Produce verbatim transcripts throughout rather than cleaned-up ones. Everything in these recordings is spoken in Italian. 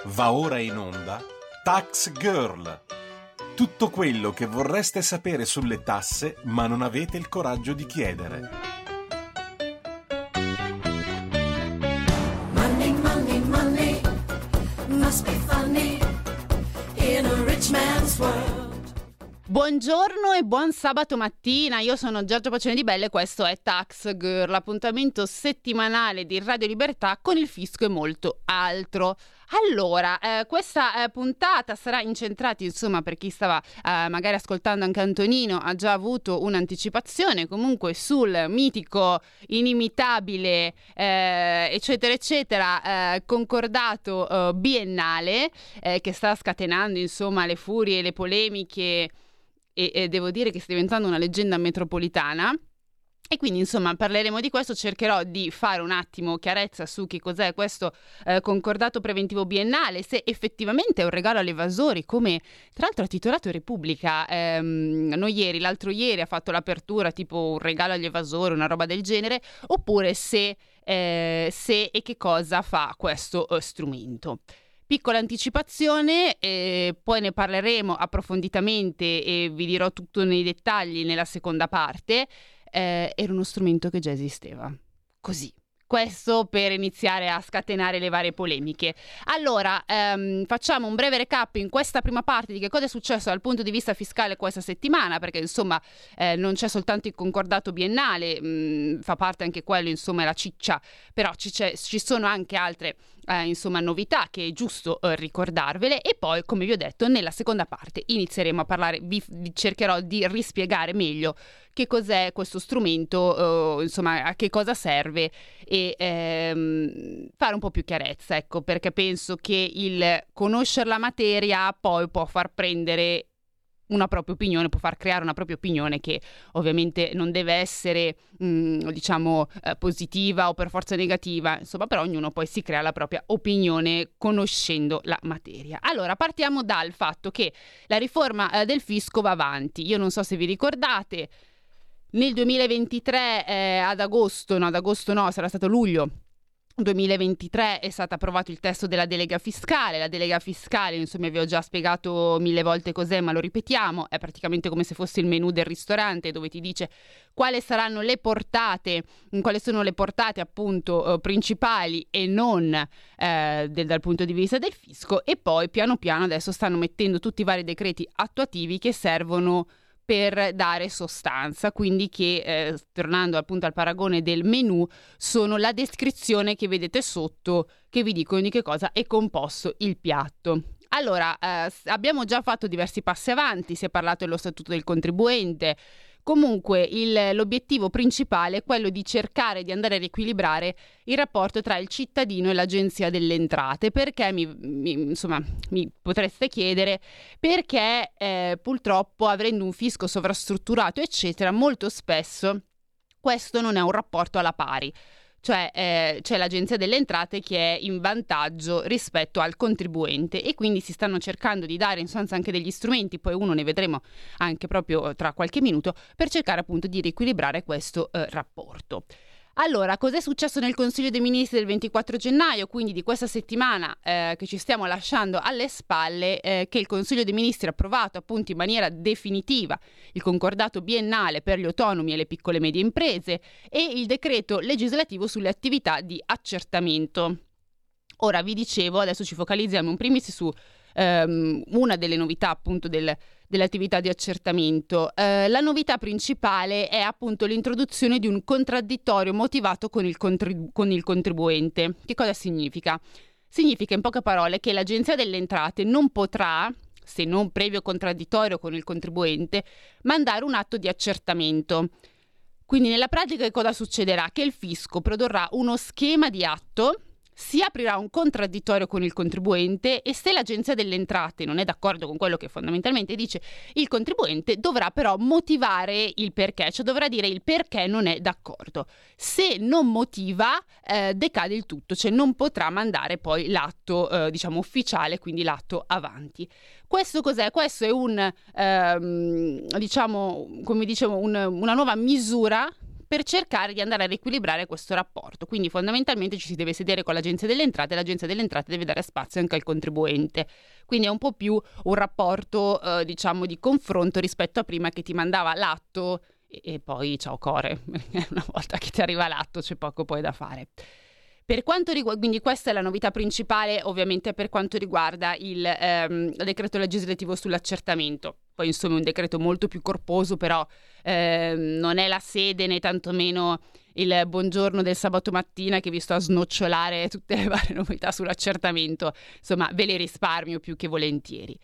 Va ora in onda Tax Girl. Tutto quello che vorreste sapere sulle tasse ma non avete il coraggio di chiedere. Money, money, money must be funny in a rich man's world. Buongiorno e buon sabato mattina, io sono Giorgia Pacione di Belle e questo è Tax Girl, l'appuntamento settimanale di Radio Libertà con il fisco e molto altro. Allora, eh, questa eh, puntata sarà incentrata, insomma, per chi stava eh, magari ascoltando anche Antonino, ha già avuto un'anticipazione comunque sul mitico, inimitabile, eh, eccetera, eccetera, eh, concordato eh, biennale eh, che sta scatenando, insomma, le furie e le polemiche e, e devo dire che sta diventando una leggenda metropolitana. E quindi insomma parleremo di questo, cercherò di fare un attimo chiarezza su che cos'è questo eh, concordato preventivo biennale, se effettivamente è un regalo agli evasori, come tra l'altro ha titolato Repubblica, ehm, non ieri, l'altro ieri ha fatto l'apertura tipo un regalo agli evasori, una roba del genere, oppure se, eh, se e che cosa fa questo eh, strumento. Piccola anticipazione, eh, poi ne parleremo approfonditamente e vi dirò tutto nei dettagli nella seconda parte. Eh, era uno strumento che già esisteva. Così. Questo per iniziare a scatenare le varie polemiche. Allora, ehm, facciamo un breve recap in questa prima parte di che cosa è successo dal punto di vista fiscale questa settimana, perché insomma eh, non c'è soltanto il concordato biennale, mh, fa parte anche quello, insomma, è la ciccia, però ci, c'è, ci sono anche altre eh, insomma novità che è giusto eh, ricordarvele, e poi, come vi ho detto, nella seconda parte inizieremo a parlare, vi, vi cercherò di rispiegare meglio che cos'è questo strumento, eh, insomma a che cosa serve, e ehm, fare un po' più chiarezza, ecco, perché penso che il conoscere la materia poi può far prendere una propria opinione, può far creare una propria opinione che ovviamente non deve essere mh, diciamo eh, positiva o per forza negativa, insomma, però ognuno poi si crea la propria opinione conoscendo la materia. Allora, partiamo dal fatto che la riforma eh, del fisco va avanti. Io non so se vi ricordate, nel duemilaventitré eh, ad agosto, no ad agosto no, sarà stato luglio duemilaventitré, è stato approvato il testo della delega fiscale. La delega fiscale, insomma, vi ho già spiegato mille volte cos'è, ma lo ripetiamo, è praticamente come se fosse il menù del ristorante, dove ti dice quali saranno le portate, quali sono le portate appunto eh, principali e non eh, del, dal punto di vista del fisco, e poi piano piano adesso stanno mettendo tutti i vari decreti attuativi che servono per dare sostanza, quindi che, eh, tornando appunto al paragone del menù, sono la descrizione che vedete sotto, che vi dicono di che cosa è composto il piatto. Allora, eh, abbiamo già fatto diversi passi avanti, si è parlato dello statuto del contribuente. Comunque il, l'obiettivo principale è quello di cercare di andare a riequilibrare il rapporto tra il cittadino e l'Agenzia delle Entrate, perché mi, mi, insomma, mi potreste chiedere perché eh, purtroppo, avendo un fisco sovrastrutturato eccetera, molto spesso questo non è un rapporto alla pari. Cioè eh, c'è l'Agenzia delle Entrate che è in vantaggio rispetto al contribuente, e quindi si stanno cercando di dare in sostanza anche degli strumenti, poi uno ne vedremo anche proprio tra qualche minuto, per cercare appunto di riequilibrare questo eh, rapporto. Allora, cos'è successo nel Consiglio dei Ministri del ventiquattro gennaio, quindi di questa settimana eh, che ci stiamo lasciando alle spalle, eh, che il Consiglio dei Ministri ha approvato appunto in maniera definitiva il concordato biennale per gli autonomi e le piccole e medie imprese e il decreto legislativo sulle attività di accertamento. Ora vi dicevo, adesso ci focalizziamo in primis su ehm, una delle novità appunto del dell'attività di accertamento. Eh, la novità principale è appunto l'introduzione di un contraddittorio motivato con il, contribu- con il contribuente. Che cosa significa? Significa in poche parole che l'Agenzia delle Entrate non potrà, se non previo contraddittorio con il contribuente, mandare un atto di accertamento. Quindi nella pratica che cosa succederà? Che il fisco produrrà uno schema di atto, si aprirà un contraddittorio con il contribuente, e se l'Agenzia delle Entrate non è d'accordo con quello che fondamentalmente dice il contribuente, dovrà però motivare il perché, cioè dovrà dire il perché non è d'accordo. Se non motiva, eh, decade il tutto, cioè non potrà mandare poi l'atto eh, diciamo ufficiale, quindi l'atto avanti. Questo cos'è? Questo è un ehm, diciamo, come dicevo, un, una nuova misura per cercare di andare a riequilibrare questo rapporto. Quindi fondamentalmente ci si deve sedere con l'Agenzia delle Entrate e l'Agenzia delle Entrate deve dare spazio anche al contribuente. Quindi è un po' più un rapporto, eh, diciamo, di confronto rispetto a prima che ti mandava l'atto e, e poi ciao core, una volta che ti arriva l'atto c'è poco poi da fare. Per quanto riguarda, quindi questa è la novità principale, ovviamente per quanto riguarda il ehm, decreto legislativo sull'accertamento. Poi insomma è un decreto molto più corposo, però ehm, non è la sede né tantomeno il buongiorno del sabato mattina che vi sto a snocciolare tutte le varie novità sull'accertamento. Insomma ve le risparmio più che volentieri.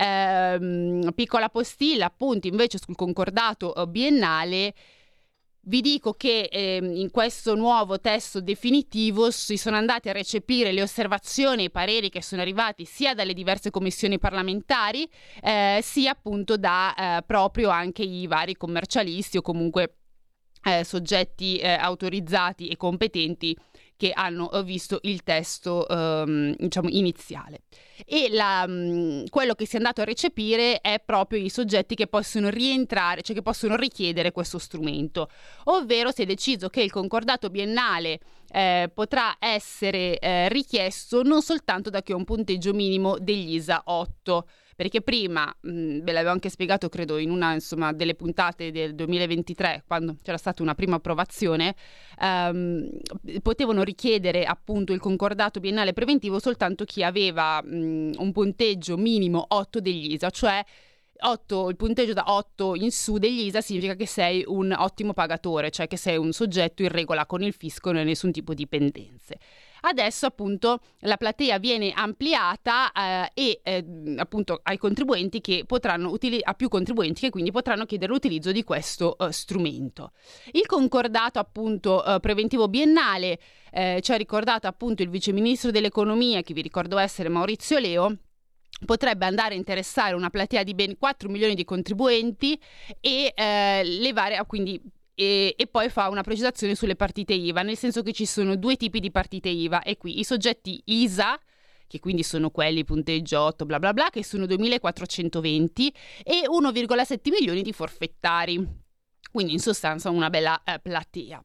Ehm, piccola postilla appunto invece sul concordato biennale. Vi dico che eh, in questo nuovo testo definitivo si sono andati a recepire le osservazioni e i pareri che sono arrivati sia dalle diverse commissioni parlamentari eh, sia appunto da eh, proprio anche i vari commercialisti o comunque eh, soggetti eh, autorizzati e competenti che hanno visto il testo ehm, diciamo iniziale. E la, mh, quello che si è andato a recepire è proprio i soggetti che possono rientrare, cioè che possono richiedere questo strumento, ovvero si è deciso che il concordato biennale eh, potrà essere eh, richiesto non soltanto da chi ha un punteggio minimo degli I S A otto, perché prima, mh, ve l'avevo anche spiegato credo in una insomma delle puntate del duemilaventitré, quando c'era stata una prima approvazione, ehm, potevano richiedere appunto il concordato biennale preventivo soltanto chi aveva mh, un punteggio minimo otto degli I S A, cioè otto, il punteggio da otto in su degli I S A significa che sei un ottimo pagatore, cioè che sei un soggetto in regola con il fisco e non hai nessun tipo di pendenze. Adesso appunto la platea viene ampliata eh, e eh, appunto ai contribuenti che potranno utili- a più contribuenti che quindi potranno chiedere l'utilizzo di questo eh, strumento. Il concordato appunto eh, preventivo biennale eh, ci ha ricordato appunto il viceministro dell'economia, che vi ricordo essere Maurizio Leo, potrebbe andare a interessare una platea di ben quattro milioni di contribuenti e eh, levare quindi E, e poi fa una precisazione sulle partite I V A, nel senso che ci sono due tipi di partite I V A e qui i soggetti I S A, che quindi sono quelli punteggio otto bla bla bla, che sono duemilaquattrocentoventi, e uno virgola sette milioni di forfettari, quindi in sostanza una bella eh, platea.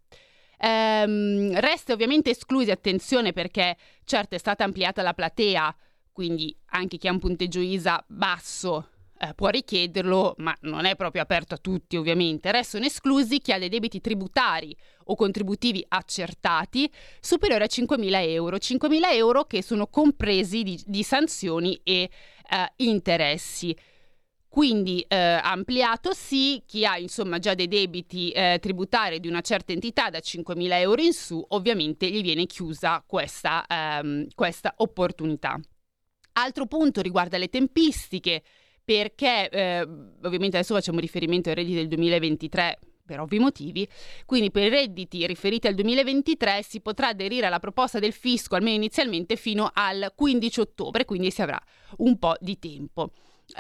Ehm, resta ovviamente esclusi, attenzione, perché certo è stata ampliata la platea, quindi anche chi ha un punteggio I S A basso Eh, può richiederlo, ma non è proprio aperto a tutti ovviamente. Restano esclusi chi ha dei debiti tributari o contributivi accertati superiori a cinquemila euro, cinquemila euro che sono compresi di, di sanzioni e eh, interessi. Quindi eh, ampliato sì, chi ha insomma già dei debiti eh, tributari di una certa entità da cinquemila euro in su, ovviamente gli viene chiusa questa, ehm, questa opportunità. Altro punto riguarda le tempistiche, perché eh, ovviamente adesso facciamo riferimento ai redditi del duemilaventitré per ovvi motivi, quindi per i redditi riferiti al duemilaventitré si potrà aderire alla proposta del fisco almeno inizialmente fino al quindici ottobre, quindi si avrà un po' di tempo.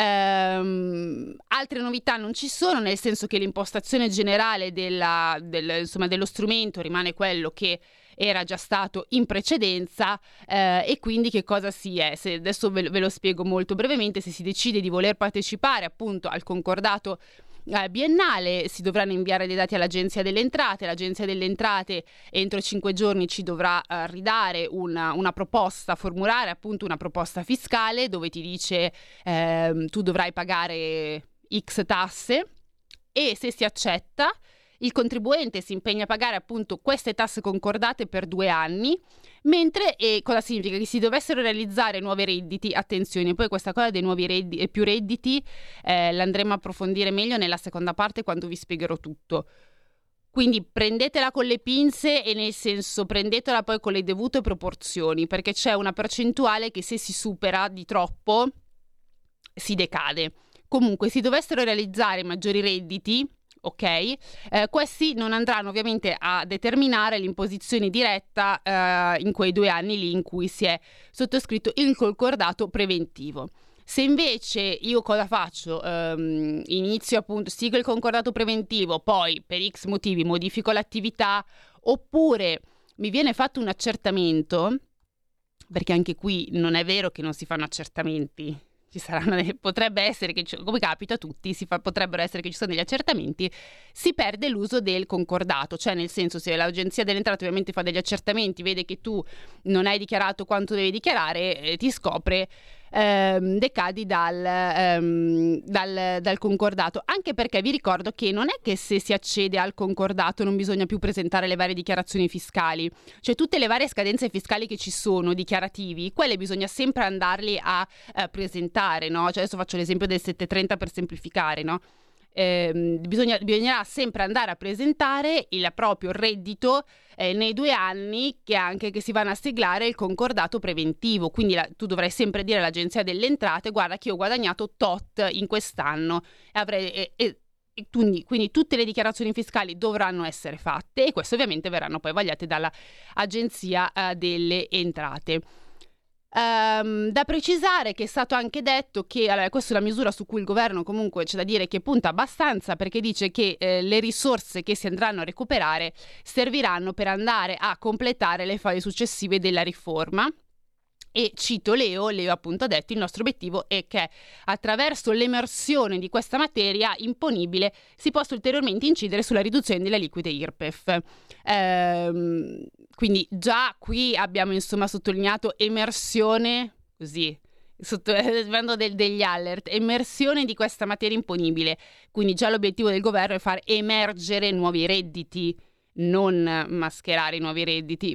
Ehm, altre novità non ci sono, nel senso che l'impostazione generale della, del, insomma, dello strumento rimane quello che era già stato in precedenza eh, e quindi che cosa si è? Se adesso ve, ve lo spiego molto brevemente. Se si decide di voler partecipare appunto al concordato eh, biennale, si dovranno inviare dei dati all'Agenzia delle Entrate. L'Agenzia delle Entrate entro cinque giorni ci dovrà eh, ridare una, una proposta, formulare appunto una proposta fiscale dove ti dice eh, tu dovrai pagare X tasse, e se si accetta il contribuente si impegna a pagare appunto queste tasse concordate per due anni, mentre e cosa significa? Che si dovessero realizzare nuovi redditi, attenzione, poi questa cosa dei nuovi redditi e più redditi eh, l'andremo a approfondire meglio nella seconda parte quando vi spiegherò tutto. Quindi prendetela con le pinze, e nel senso prendetela poi con le dovute proporzioni, perché c'è una percentuale che se si supera di troppo si decade. Comunque si dovessero realizzare maggiori redditi, ok, eh, questi non andranno ovviamente a determinare l'imposizione diretta eh, in quei due anni lì in cui si è sottoscritto il concordato preventivo. Se invece io cosa faccio? Um, inizio appunto, sigo il concordato preventivo, poi per X motivi modifico l'attività, oppure mi viene fatto un accertamento, perché anche qui non è vero che non si fanno accertamenti, ci saranno dei, potrebbe essere che, come capita a tutti, si fa, potrebbero essere che ci sono degli accertamenti, si perde l'uso del concordato, cioè nel senso, se l'Agenzia delle Entrate ovviamente fa degli accertamenti, vede che tu non hai dichiarato quanto devi dichiarare, eh, ti scopre, ehm, decadi dal, ehm, dal, dal concordato, anche perché vi ricordo che non è che se si accede al concordato non bisogna più presentare le varie dichiarazioni fiscali, cioè tutte le varie scadenze fiscali che ci sono, dichiarativi, quelle bisogna sempre andarli a eh, presentare, no? Cioè adesso faccio l'esempio del settecentotrenta per semplificare, no? Eh, bisogna, bisognerà sempre andare a presentare il proprio reddito eh, nei due anni che anche che si vanno a siglare il concordato preventivo, quindi la, tu dovrai sempre dire all'Agenzia delle Entrate: guarda che ho guadagnato tot in quest'anno e avrei e, e, e quindi, quindi tutte le dichiarazioni fiscali dovranno essere fatte, e queste ovviamente verranno poi vagliate dalla Agenzia eh, delle Entrate. Um, da precisare che è stato anche detto che, allora, questa è una misura su cui il governo comunque c'è da dire che punta abbastanza, perché dice che eh, le risorse che si andranno a recuperare serviranno per andare a completare le fasi successive della riforma. E cito Leo, Leo appunto ha detto: il nostro obiettivo è che attraverso l'emersione di questa materia imponibile si possa ulteriormente incidere sulla riduzione delle aliquote I R P E F. Ehm, quindi già qui abbiamo insomma sottolineato emersione, così, sotto, vendo del, degli alert, emersione di questa materia imponibile. Quindi già l'obiettivo del governo è far emergere nuovi redditi, non mascherare i nuovi redditi.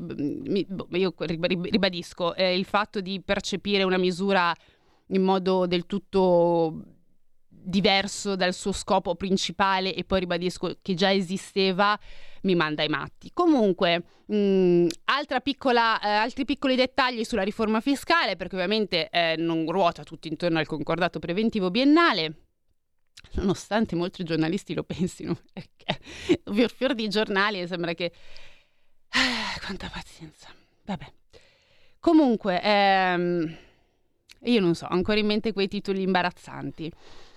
Io ribadisco, eh, il fatto di percepire una misura in modo del tutto diverso dal suo scopo principale, e poi ribadisco che già esisteva, mi manda ai matti. Comunque, mh, altra piccola, eh, altri piccoli dettagli sulla riforma fiscale, perché ovviamente eh, non ruota tutto intorno al concordato preventivo biennale, nonostante molti giornalisti lo pensino, perché fior fior di giornali sembra che ah, quanta pazienza, vabbè. Comunque ehm, io non so, ho ancora in mente quei titoli imbarazzanti.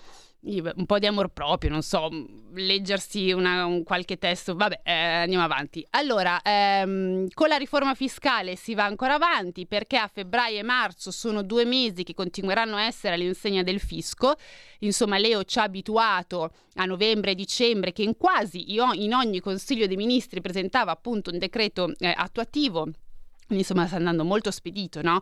Io, un po' di amor proprio, non so, leggersi una, un qualche testo, vabbè, eh, andiamo avanti. Allora, ehm, con la riforma fiscale si va ancora avanti, perché a febbraio e marzo sono due mesi che continueranno a essere all'insegna del fisco. Insomma, Leo ci ha abituato a novembre e dicembre, che in quasi in ogni Consiglio dei Ministri presentava appunto un decreto eh, attuativo. Insomma, sta andando molto spedito, no?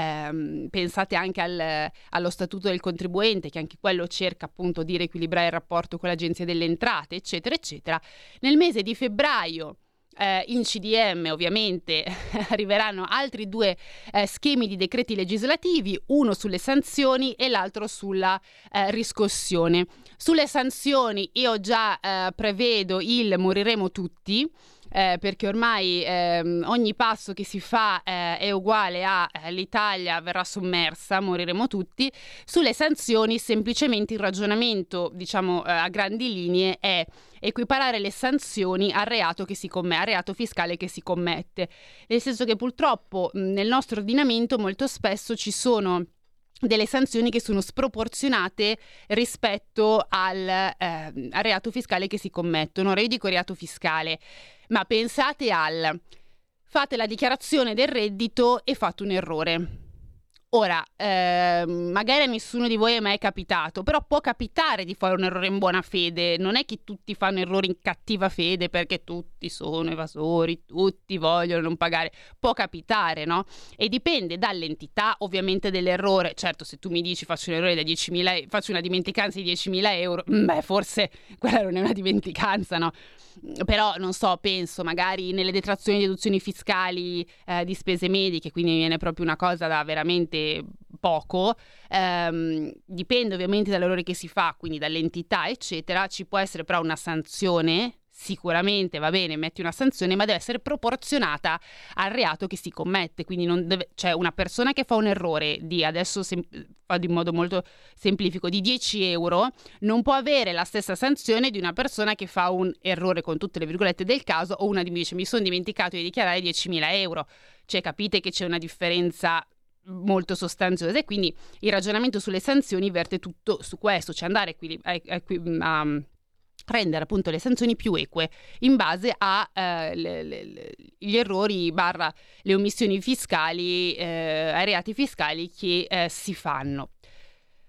Eh, pensate anche al, allo Statuto del Contribuente, che anche quello cerca appunto di riequilibrare il rapporto con l'Agenzia delle Entrate, eccetera, eccetera. Nel mese di febbraio eh, in C D M ovviamente arriveranno altri due eh, schemi di decreti legislativi, uno sulle sanzioni e l'altro sulla eh, riscossione. Sulle sanzioni io già eh, prevedo il moriremo tutti, Eh, perché ormai ehm, ogni passo che si fa eh, è uguale a eh, l'Italia verrà sommersa, moriremo tutti. Sulle sanzioni semplicemente il ragionamento, diciamo eh, a grandi linee, è equiparare le sanzioni al reato che si commette, al reato fiscale che si commette, nel senso che purtroppo mh, nel nostro ordinamento molto spesso ci sono delle sanzioni che sono sproporzionate rispetto al, eh, al reato fiscale che si commettono. Ora io dico reato fiscale, ma pensate al: fate la dichiarazione del reddito e fate un errore. Ora, eh, magari a nessuno di voi è mai capitato, però può capitare di fare un errore in buona fede. Non è che tutti fanno errori in cattiva fede perché tutti sono evasori, tutti vogliono non pagare. Può capitare, no? E dipende dall'entità ovviamente dell'errore. Certo, se tu mi dici faccio un errore da diecimila, faccio una dimenticanza di diecimila euro, beh, forse quella non è una dimenticanza, no? Però non so, penso magari nelle detrazioni e deduzioni fiscali eh, di spese mediche, quindi viene proprio una cosa da veramente poco, ehm, dipende ovviamente dall'errore che si fa, quindi dall'entità eccetera. Ci può essere però una sanzione, sicuramente va bene, metti una sanzione, ma deve essere proporzionata al reato che si commette. Quindi non deve, cioè una persona che fa un errore di, adesso sem- fa di modo molto semplifico, di dieci euro, non può avere la stessa sanzione di una persona che fa un errore con tutte le virgolette del caso, o una di mi dice mi sono dimenticato di dichiarare diecimila euro. Cioè capite che c'è una differenza molto sostanziosa, e quindi il ragionamento sulle sanzioni verte tutto su questo, cioè andare qui a, a, a rendere appunto le sanzioni più eque in base a eh, le, le, gli errori barra le omissioni fiscali, eh, ai reati fiscali che eh, si fanno.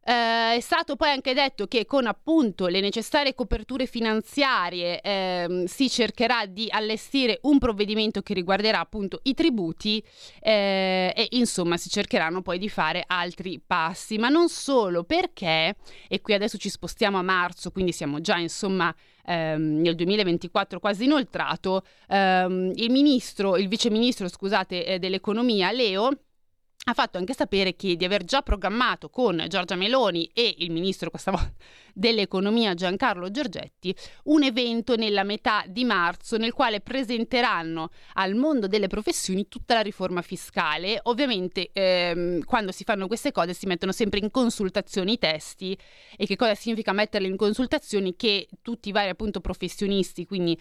Eh, è stato poi anche detto che con appunto le necessarie coperture finanziarie ehm, si cercherà di allestire un provvedimento che riguarderà appunto i tributi eh, e insomma si cercheranno poi di fare altri passi, ma non solo, perché, e qui adesso ci spostiamo a marzo, quindi siamo già insomma ehm, nel duemilaventiquattro quasi inoltrato, ehm, il ministro, il viceministro scusate eh, dell'economia Leo ha fatto anche sapere che di aver già programmato con Giorgia Meloni e il ministro questa volta dell'economia Giancarlo Giorgetti un evento nella metà di marzo nel quale presenteranno al mondo delle professioni tutta la riforma fiscale. Ovviamente ehm, quando si fanno queste cose si mettono sempre in consultazione i testi. E che cosa significa metterli in consultazioni? Che tutti i vari appunto professionisti, quindi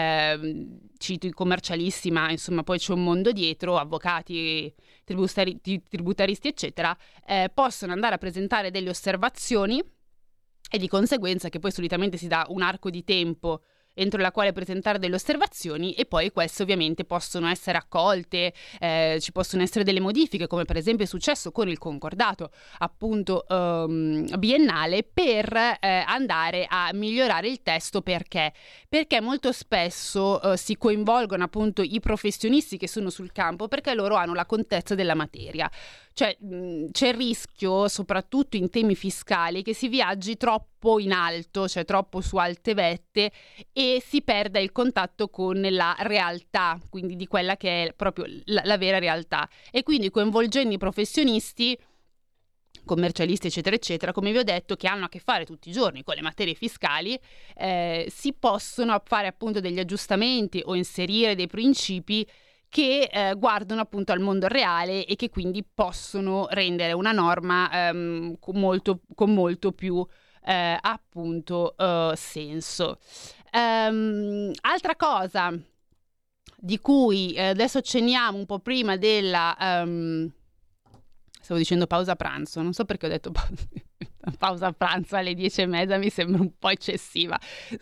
eh, cito i commercialisti, ma insomma poi c'è un mondo dietro, avvocati, tributari, tributaristi eccetera, eh, possono andare a presentare delle osservazioni e di conseguenza che poi solitamente si dà un arco di tempo entro la quale presentare delle osservazioni e poi queste ovviamente possono essere accolte, eh, ci possono essere delle modifiche, come per esempio è successo con il concordato appunto um, biennale, per eh, andare a migliorare il testo. Perché? Perché molto spesso uh, si coinvolgono appunto i professionisti che sono sul campo, perché loro hanno la contezza della materia. Cioè mh, c'è il rischio, soprattutto in temi fiscali, che si viaggi troppo in alto, cioè troppo su alte vette, e si perda il contatto con la realtà, quindi di quella che è proprio la, la vera realtà. E quindi coinvolgendo i professionisti, commercialisti eccetera eccetera, come vi ho detto, che hanno a che fare tutti i giorni con le materie fiscali, eh, si possono fare appunto degli aggiustamenti o inserire dei principi che eh, guardano appunto al mondo reale e che quindi possono rendere una norma ehm, con, molto, con molto più eh, appunto eh, senso. Um, altra cosa di cui eh, adesso accenniamo un po' prima della um, stavo dicendo pausa pranzo, non so perché ho detto pausa, pausa pranzo alle dieci e mezza, mi sembra un po' eccessiva.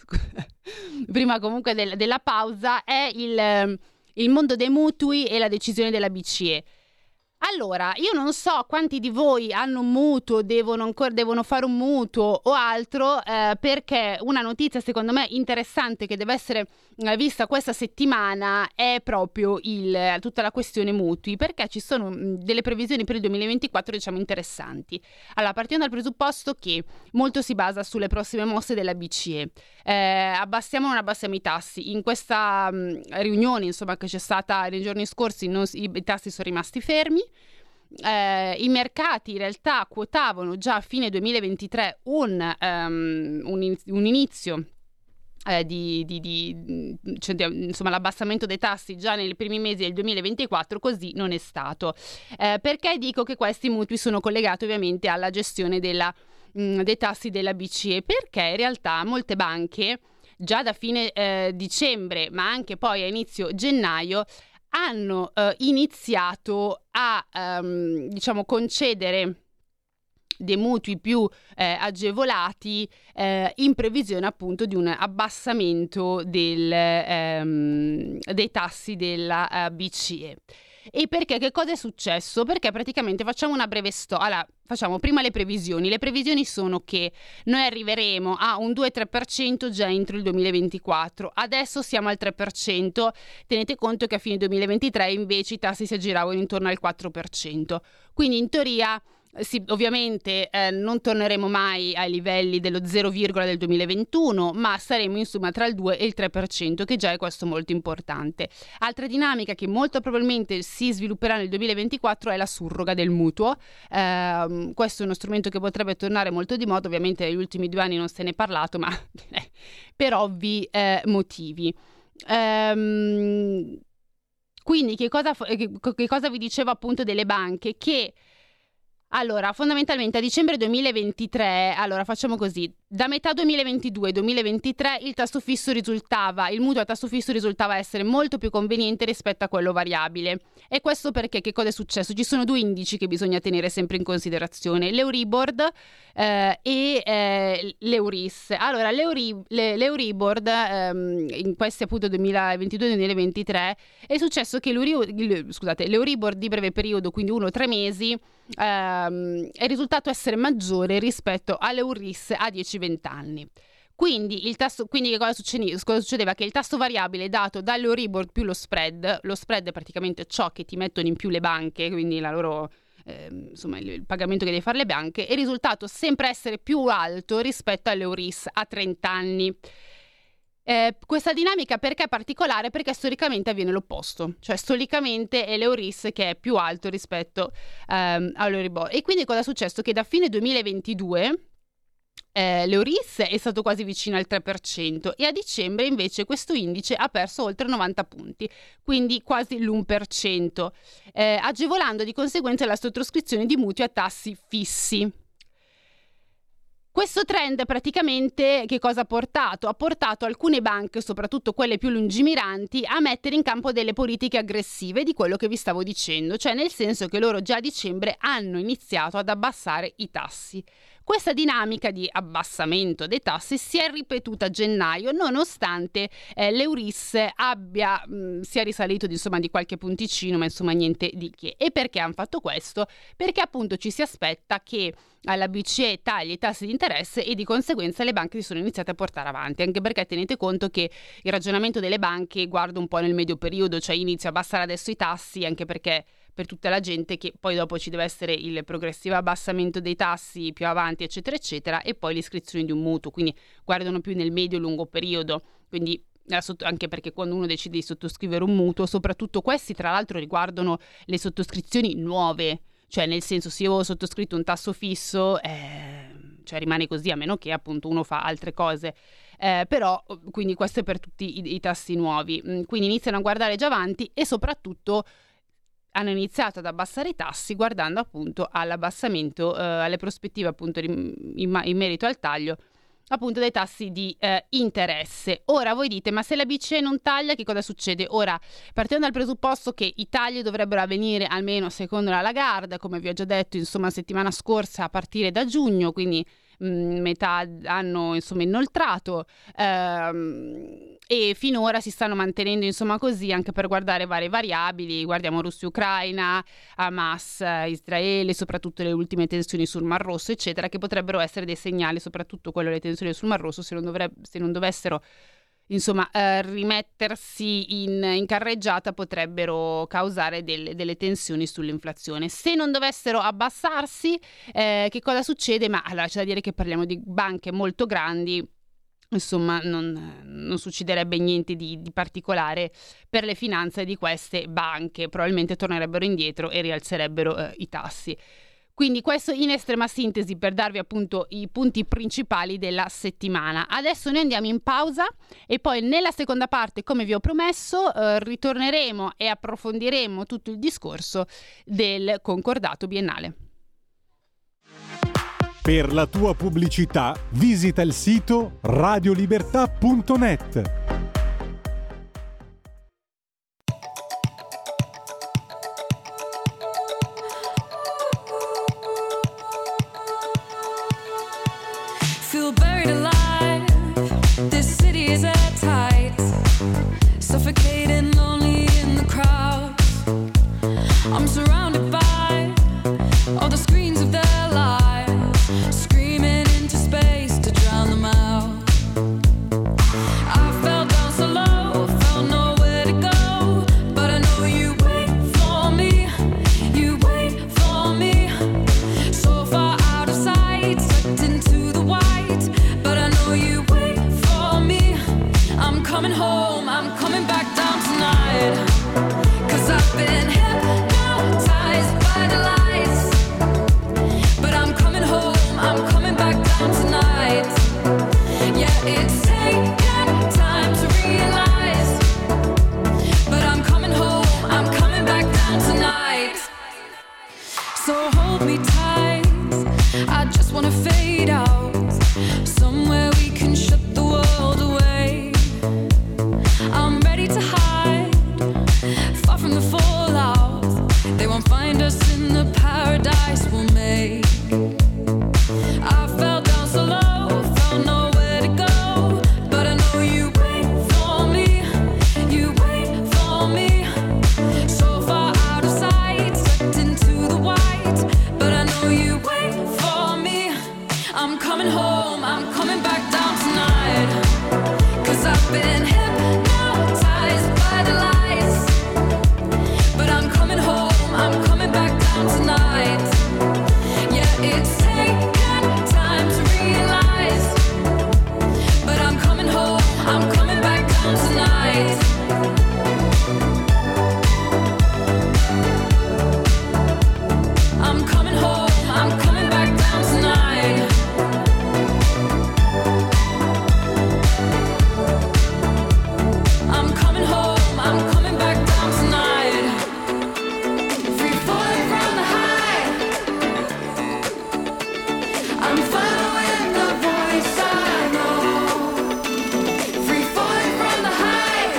Prima comunque del, della pausa è il il mondo dei mutui e la decisione della B C E. Allora, io non so quanti di voi hanno un mutuo, devono ancora devono fare un mutuo o altro, eh, perché una notizia secondo me interessante che deve essere eh, vista questa settimana è proprio il, tutta la questione mutui, perché ci sono mh, delle previsioni per il duemilaventiquattro diciamo interessanti. Allora, partiamo dal presupposto che molto si basa sulle prossime mosse della B C E. Eh, abbassiamo o non abbassiamo i tassi? In questa mh, riunione insomma che c'è stata nei giorni scorsi non, i, i tassi sono rimasti fermi. Eh, i mercati in realtà quotavano già a fine duemilaventitré un, um, un, un inizio eh, di, di, di cioè, insomma l'abbassamento dei tassi già nei primi mesi del duemilaventiquattro. Così non è stato. Eh, perché dico che questi mutui sono collegati ovviamente alla gestione della, mh, dei tassi della B C E? Perché in realtà molte banche già da fine eh, dicembre, ma anche poi a inizio gennaio, hanno eh, iniziato a ehm, diciamo concedere dei mutui più eh, agevolati eh, in previsione appunto di un abbassamento del, ehm, dei tassi della uh, B C E. E perché? Che cosa è successo? Perché praticamente facciamo una breve storia. Allora, facciamo prima le previsioni. Le previsioni sono che noi arriveremo a un due tre per cento già entro il duemilaventiquattro. Adesso siamo al tre per cento. Tenete conto che a fine duemilaventitré invece i tassi si aggiravano intorno al quattro per cento. Quindi in teoria sì, ovviamente eh, non torneremo mai ai livelli dello zero, del duemilaventuno, ma saremo insomma tra il due e il tre per cento, che già è questo molto importante. Altra dinamica che molto probabilmente si svilupperà nel duemilaventiquattro è la surroga del mutuo. Eh, questo è uno strumento che potrebbe tornare molto di moda, ovviamente negli ultimi due anni non se ne è parlato, ma per ovvi eh, motivi. Ehm, quindi che cosa, che, che cosa vi dicevo appunto delle banche? Che allora, fondamentalmente a dicembre duemilaventitré, allora facciamo così, Da metà duemilaventidue-duemilaventitré il tasso fisso risultava, il mutuo a tasso fisso risultava essere molto più conveniente rispetto a quello variabile. E questo perché che cosa è successo? Ci sono due indici che bisogna tenere sempre in considerazione, l'Euribor eh, e eh, l'Euris. Allora, l'Euri, le, l'Euribor ehm, in questi appunto duemilaventidue-duemilaventitré è successo che l'Euri, scusate, l'Euribor di breve periodo, quindi uno o tre mesi, ehm, è risultato essere maggiore rispetto all'Euris a dieci venti anni. Quindi, il tasso, quindi che cosa succedeva? cosa succedeva? Che il tasso variabile dato dall'Euribor più lo spread, lo spread è praticamente ciò che ti mettono in più le banche, quindi la loro, eh, insomma, il, il pagamento che deve fare le banche, è risultato sempre essere più alto rispetto all'Euris a trenta anni. Eh, questa dinamica perché è particolare? Perché storicamente avviene l'opposto, cioè storicamente è l'Euris che è più alto rispetto ehm, all'Euribor. E quindi cosa è successo? Che da fine duemilaventidue Eh, l'Euris è stato quasi vicino al tre per cento e a dicembre invece questo indice ha perso oltre novanta punti, quindi quasi l'uno per cento, eh, agevolando di conseguenza la sottoscrizione di mutui a tassi fissi. Questo trend praticamente che cosa ha portato? Ha portato alcune banche, soprattutto quelle più lungimiranti, a mettere in campo delle politiche aggressive di quello che vi stavo dicendo, cioè nel senso che loro già a dicembre hanno iniziato ad abbassare i tassi. Questa dinamica di abbassamento dei tassi si è ripetuta a gennaio, nonostante eh, l'Euris abbia mh, sia risalito di, insomma, di qualche punticino, ma insomma niente di che. E perché hanno fatto questo? Perché appunto ci si aspetta che la B C E tagli i tassi di interesse e di conseguenza le banche si sono iniziate a portare avanti, anche perché tenete conto che il ragionamento delle banche guarda un po' nel medio periodo, cioè inizio a abbassare adesso i tassi, anche perché per tutta la gente che poi dopo ci deve essere il progressivo abbassamento dei tassi più avanti, eccetera eccetera, e poi l'iscrizione di un mutuo, quindi guardano più nel medio-lungo periodo, quindi anche perché quando uno decide di sottoscrivere un mutuo, soprattutto questi tra l'altro riguardano le sottoscrizioni nuove, cioè nel senso se io ho sottoscritto un tasso fisso eh, cioè rimane così a meno che appunto uno fa altre cose, eh, però quindi questo è per tutti i, i tassi nuovi, quindi iniziano a guardare già avanti e soprattutto hanno iniziato ad abbassare i tassi guardando appunto all'abbassamento, eh, alle prospettive appunto in, in, in merito al taglio appunto dei tassi di eh, interesse. Ora voi dite, ma se la B C E non taglia che cosa succede? Ora, partendo dal presupposto che i tagli dovrebbero avvenire almeno secondo la Lagarde, come vi ho già detto insomma settimana scorsa, a partire da giugno, quindi mh, metà anno insomma inoltrato, ehm, e finora si stanno mantenendo insomma così anche per guardare varie variabili, guardiamo Russia-Ucraina, Hamas, Israele, soprattutto le ultime tensioni sul Mar Rosso eccetera, che potrebbero essere dei segnali, soprattutto quello delle tensioni sul Mar Rosso, se non, dovrebbe, se non dovessero insomma eh, rimettersi in, in carreggiata potrebbero causare delle, delle tensioni sull'inflazione. Se non dovessero abbassarsi eh, che cosa succede? Ma allora c'è da dire che parliamo di banche molto grandi, insomma non, non succederebbe niente di, di particolare per le finanze di queste banche, probabilmente tornerebbero indietro e rialzerebbero eh, i tassi. Quindi questo in estrema sintesi per darvi appunto i punti principali della settimana. Adesso noi andiamo in pausa e poi nella seconda parte, come vi ho promesso, eh, ritorneremo e approfondiremo tutto il discorso del concordato biennale. Per la tua pubblicità visita il sito radiolibertà punto net. Feel buried alive. This city is at tight. Suffocating, lonely in the crowd. I'm surrounded by all the screens of their lives, screaming into space to drown them out. I fell down so low, felt nowhere to go, but I know you wait for me, you wait for me. So far out of sight, sucked into the white, but I know you wait for me. I'm coming home, I'm coming back down tonight, 'cause I've been hypnotized by the lights. But I'm coming home, I'm coming back down tonight. Yeah, it's taken time to realize, but I'm coming home, I'm coming back down tonight. So hold me tight, I just wanna fade out somewhere in the paradise we'll make. I fell down so low, found nowhere to go, but I know you wait for me, you wait for me. So far out of sight, sucked into the white, but I know you wait for me. I'm coming home, I'm coming back down tonight, 'cause I've been hypnotized by the lights. But I'm coming home, I'm coming back down tonight. Yeah, it's taken time to realize, but I'm coming home, I'm coming back down tonight. I'm coming home, I'm coming back down tonight. I'm coming home, I'm coming back down tonight. Free falling from the high, I'm following the voice I know. Free falling from the high,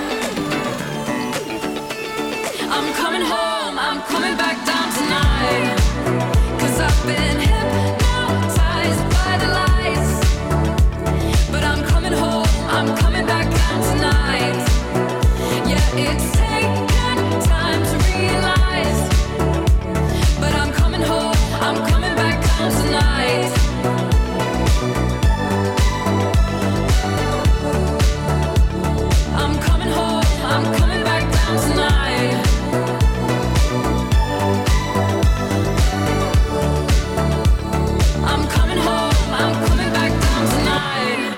I'm coming home, I'm coming back down tonight. 'Cause I've been hypnotized by the lights, but I'm coming home, I'm coming back down tonight. Yeah, it's taken time to realize, but I'm coming home, I'm coming back down tonight. I'm coming home, I'm coming back down tonight. I'm coming home, I'm coming back down tonight.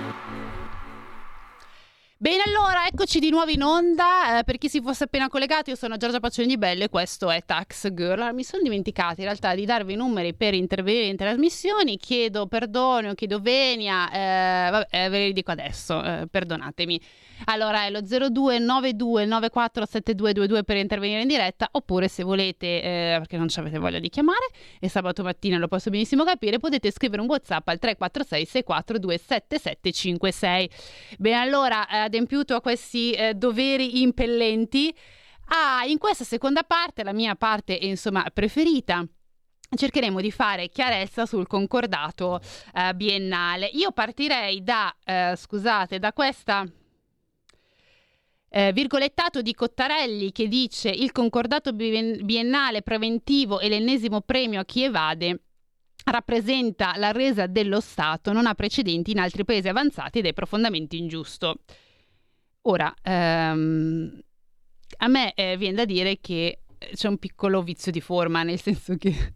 Bene, allora eccoci di nuovo in onda. Eh, per chi si fosse appena collegato, io sono Giorgia Paccioni di Bello e questo è Tax Girl. Allora, mi sono dimenticata in realtà di darvi i numeri per intervenire in trasmissioni. Chiedo perdono, chiedo venia, eh, vabbè, eh, ve li dico adesso, eh, perdonatemi. Allora è lo zero due nove due nove quattro sette due due due per intervenire in diretta, oppure se volete, eh, perché non ci avete voglia di chiamare e sabato mattina lo posso benissimo capire, potete scrivere un WhatsApp al tre quattro sei sei quattro due sette sette cinque sei. Bene, allora, eh, adempiuto a questi eh, doveri impellenti, ah, in questa seconda parte, la mia parte insomma preferita, cercheremo di fare chiarezza sul concordato eh, biennale. Io partirei da, eh, scusate, da questa... Eh, virgolettato di Cottarelli che dice: il concordato biennale preventivo e l'ennesimo premio a chi evade rappresenta la resa dello Stato, non ha precedenti in altri paesi avanzati ed è profondamente ingiusto. Ora, ehm, a me eh, viene da dire che c'è un piccolo vizio di forma, nel senso che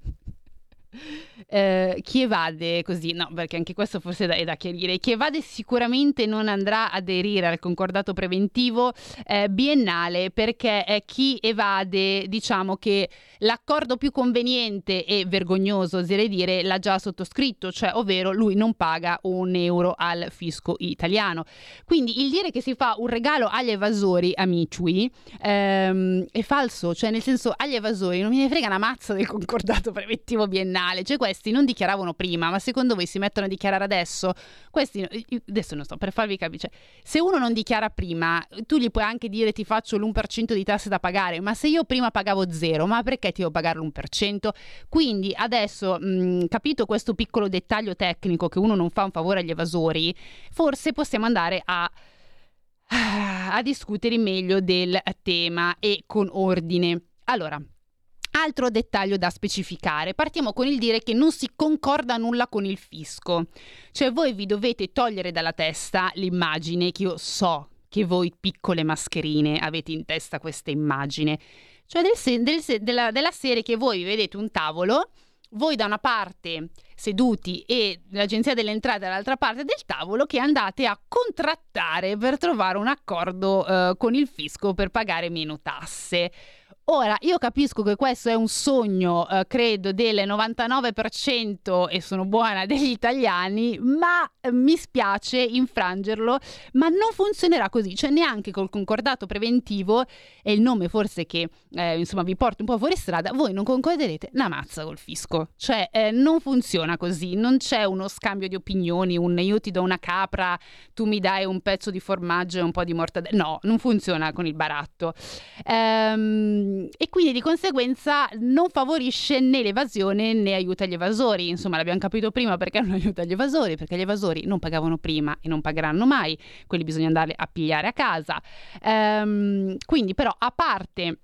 Eh, chi evade così, no, perché anche questo forse è da, è da chiarire. Chi evade sicuramente non andrà ad aderire al concordato preventivo eh, biennale, perché eh, chi evade, diciamo che l'accordo più conveniente e vergognoso, oserei dire, l'ha già sottoscritto, cioè ovvero lui non paga un euro al fisco italiano. Quindi il dire che si fa un regalo agli evasori, amici, ehm, è falso, cioè nel senso, agli evasori non me ne frega una mazza del concordato preventivo biennale, cioè questi non dichiaravano prima, ma secondo voi si mettono a dichiarare adesso? Questi, adesso non sto, per farvi capire, cioè, se uno non dichiara prima, tu gli puoi anche dire ti faccio l'uno per cento di tasse da pagare, ma se io prima pagavo zero, ma perché ti devo pagare l'uno per cento? Quindi adesso, mh, capito questo piccolo dettaglio tecnico che uno non fa un favore agli evasori, forse possiamo andare a a discutere meglio del tema e con ordine. Allora, altro dettaglio da specificare. Partiamo con il dire che non si concorda nulla con il fisco. Cioè voi vi dovete togliere dalla testa l'immagine, che io so che voi piccole mascherine avete in testa questa immagine, cioè del se- del se- della, della serie che voi vedete un tavolo, voi da una parte seduti e l'agenzia delle entrate dall'altra parte del tavolo, che andate a contrattare per trovare un accordo eh, con il fisco per pagare meno tasse. Ora, io capisco che questo è un sogno, eh, credo, del novantanove per cento, e sono buona, degli italiani, ma eh, mi spiace infrangerlo, ma non funzionerà così, cioè neanche col concordato preventivo, è il nome forse che eh, insomma vi porta un po' fuori strada, voi non concorderete una mazza col fisco, cioè eh, non funziona così, non c'è uno scambio di opinioni, un io ti do una capra, tu mi dai un pezzo di formaggio e un po' di mortadella, no, non funziona con il baratto. Ehm... ehm, e quindi di conseguenza non favorisce né l'evasione né aiuta gli evasori. Insomma, l'abbiamo capito prima perché non aiuta gli evasori, perché gli evasori non pagavano prima e non pagheranno mai, quelli bisogna andarli a pigliare a casa. Ehm, quindi però, a parte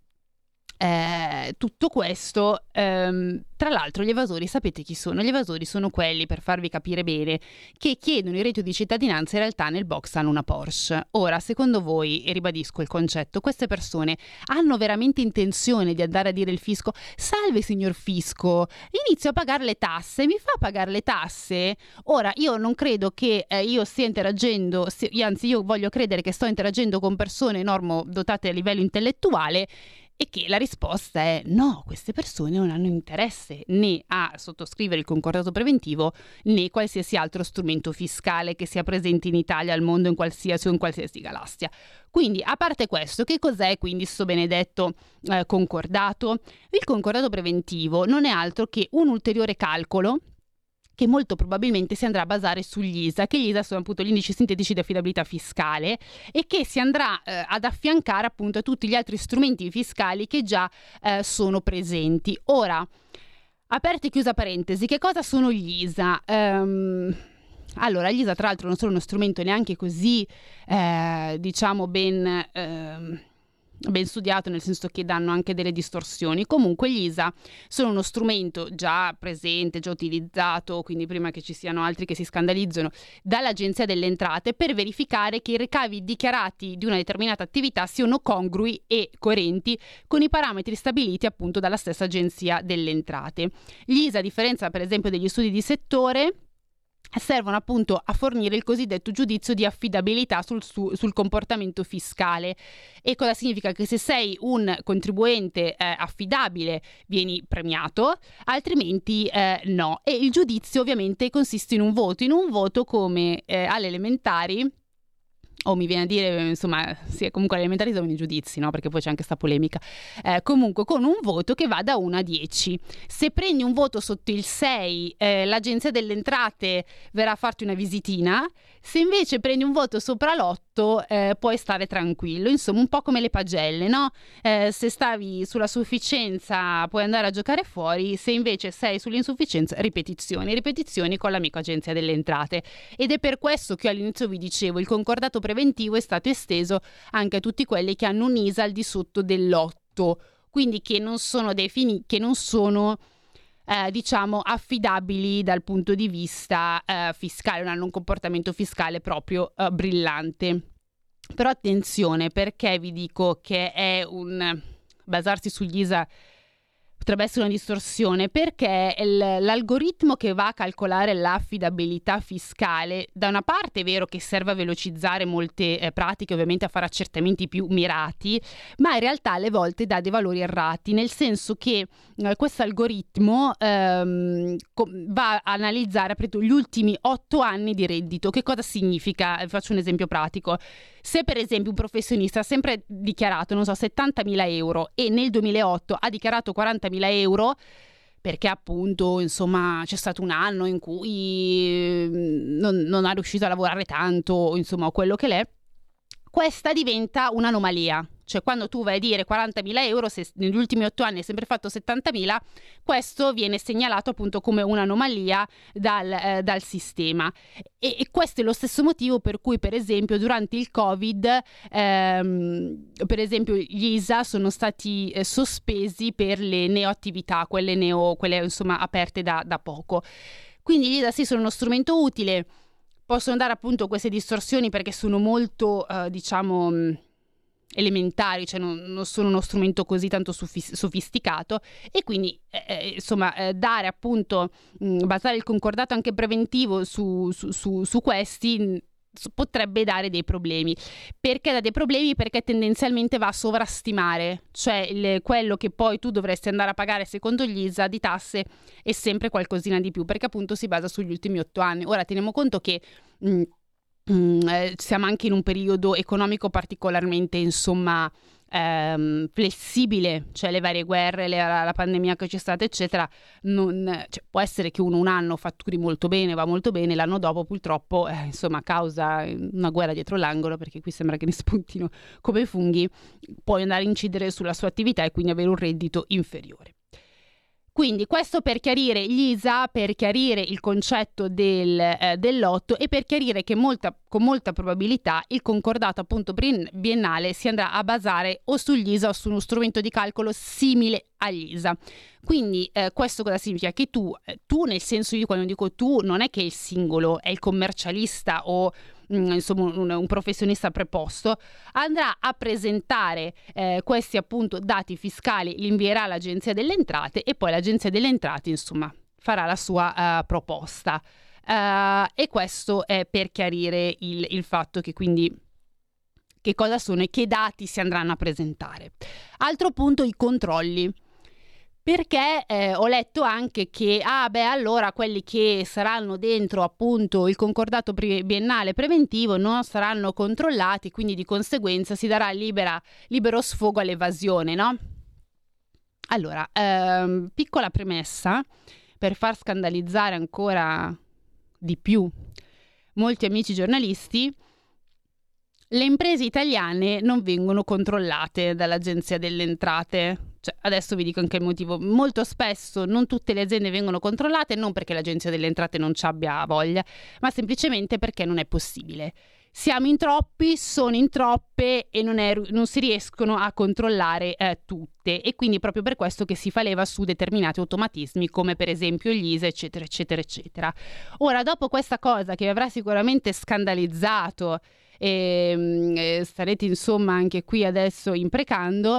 Eh, tutto questo, ehm, tra l'altro gli evasori, sapete chi sono? Gli evasori sono quelli, per farvi capire bene, che chiedono il reddito di cittadinanza, in realtà nel box hanno una Porsche. Ora, secondo voi, e ribadisco il concetto, queste persone hanno veramente intenzione di andare a dire al fisco: salve signor fisco, inizio a pagare le tasse, mi fa pagare le tasse? Ora, io non credo che eh, io stia interagendo, se, anzi io voglio credere che sto interagendo con persone normodotate a livello intellettuale, e che la risposta è no, queste persone non hanno interesse né a sottoscrivere il concordato preventivo né qualsiasi altro strumento fiscale che sia presente in Italia, al mondo, in qualsiasi o in qualsiasi galassia. Quindi, a parte questo, che cos'è quindi sto benedetto eh, concordato? Il concordato preventivo non è altro che un ulteriore calcolo che molto probabilmente si andrà a basare sugli I S A, che gli I S A sono appunto gli indici sintetici di affidabilità fiscale, e che si andrà eh, ad affiancare appunto a tutti gli altri strumenti fiscali che già eh, sono presenti. Ora, aperta e chiusa parentesi, che cosa sono gli I S A? Um, allora, gli I S A tra l'altro non sono uno strumento neanche così, eh, diciamo, ben... Eh, ben studiato, nel senso che danno anche delle distorsioni. Comunque gli I S A sono uno strumento già presente, già utilizzato, quindi prima che ci siano altri che si scandalizzano, dall'Agenzia delle Entrate per verificare che i ricavi dichiarati di una determinata attività siano congrui e coerenti con i parametri stabiliti appunto dalla stessa Agenzia delle Entrate. Gli I S A, a differenza per esempio degli studi di settore, servono appunto a fornire il cosiddetto giudizio di affidabilità sul, su, sul comportamento fiscale. E cosa significa? Che se sei un contribuente eh, affidabile vieni premiato, altrimenti eh, no. E il giudizio ovviamente consiste in un voto, in un voto come eh, alle elementari, o mi viene a dire, insomma, sì, comunque alle elementari sono i giudizi, no? Perché poi c'è anche sta polemica. Eh, comunque con un voto che va da uno a dieci. Se prendi un voto sotto il sei, eh, l'Agenzia delle Entrate verrà a farti una visitina. Se invece prendi un voto sopra l'otto, eh, puoi stare tranquillo. Insomma, un po' come le pagelle, no? Eh, se stavi sulla sufficienza puoi andare a giocare fuori, se invece sei sull'insufficienza, ripetizioni. Ripetizioni con l'amico Agenzia delle Entrate. Ed è per questo che all'inizio vi dicevo, il concordato preventivo è stato esteso anche a tutti quelli che hanno un I S A al di sotto dell'otto, quindi che non sono defini- che non sono eh, diciamo affidabili dal punto di vista eh, fiscale, non hanno un comportamento fiscale proprio eh, brillante. Però attenzione, perché vi dico che è un basarsi sugli I S A potrebbe essere una distorsione, perché il, l'algoritmo che va a calcolare l'affidabilità fiscale, da una parte è vero che serve a velocizzare molte eh, pratiche, ovviamente a fare accertamenti più mirati, ma in realtà alle volte dà dei valori errati, nel senso che eh, questo algoritmo ehm, va a analizzare appunto gli ultimi otto anni di reddito. Che cosa significa? Vi faccio un esempio pratico. Se per esempio un professionista ha sempre dichiarato, non so, settantamila euro e nel duemilaotto ha dichiarato quarantamila euro, perché appunto, insomma, c'è stato un anno in cui non, non ha riuscito a lavorare tanto, insomma, quello che l'è, questa diventa un'anomalia. Cioè, quando tu vai a dire quarantamila euro, se negli ultimi otto anni hai sempre fatto settantamila, questo viene segnalato appunto come un'anomalia dal, eh, dal sistema. E, e questo è lo stesso motivo per cui, per esempio, durante il Covid, ehm, per esempio, gli I S A sono stati eh, sospesi per le neoattività, quelle neo, quelle insomma aperte da, da poco. Quindi gli I S A sì sono uno strumento utile, possono dare appunto queste distorsioni perché sono molto, eh, diciamo... elementari, cioè non, non sono uno strumento così tanto sofis- sofisticato, e quindi eh, insomma eh, dare appunto mh, basare il concordato anche preventivo su, su, su, su questi mh, potrebbe dare dei problemi. Perché dà dei problemi? Perché tendenzialmente va a sovrastimare, cioè il, quello che poi tu dovresti andare a pagare secondo gli I S A di tasse è sempre qualcosina di più, perché appunto si basa sugli ultimi otto anni. Ora teniamo conto che mh, Mm, eh, siamo anche in un periodo economico particolarmente insomma ehm, flessibile, cioè le varie guerre, le, la, la pandemia che c'è stata eccetera, non, cioè, può essere che uno un anno fatturi molto bene, va molto bene, l'anno dopo purtroppo eh, insomma causa una guerra dietro l'angolo, perché qui sembra che ne spuntino come funghi, può andare a incidere sulla sua attività e quindi avere un reddito inferiore. Quindi questo per chiarire gli I S A, per chiarire il concetto del, eh, del lotto e per chiarire che molta, con molta probabilità il concordato appunto biennale si andrà a basare o sugli I S A o su uno strumento di calcolo simile agli I S A. Quindi eh, questo cosa significa? Che tu, eh, tu nel senso, io quando dico tu non è che il singolo è il commercialista o mh, insomma un, un professionista preposto, andrà a presentare eh, questi appunto dati fiscali, li invierà all'Agenzia delle Entrate e poi l'Agenzia delle Entrate insomma farà la sua uh, proposta uh, e questo è per chiarire il, il fatto che quindi che cosa sono e che dati si andranno a presentare. Altro punto, i controlli. Perché eh, ho letto anche che, ah beh, allora quelli che saranno dentro appunto il concordato biennale preventivo non saranno controllati, quindi di conseguenza si darà libera, libero sfogo all'evasione, no? Allora, ehm, piccola premessa, per far scandalizzare ancora di più molti amici giornalisti, le imprese italiane non vengono controllate dall'Agenzia delle Entrate. Cioè, adesso vi dico anche il motivo. Molto spesso non tutte le aziende vengono controllate, non perché l'Agenzia delle Entrate non ci abbia voglia, ma semplicemente perché non è possibile. Siamo in troppi, sono in troppe e non, è, non si riescono a controllare eh, tutte, e quindi proprio per questo che si fa leva su determinati automatismi come per esempio gli I S A eccetera eccetera eccetera. Ora, dopo questa cosa che vi avrà sicuramente scandalizzato e, e starete insomma anche qui adesso imprecando,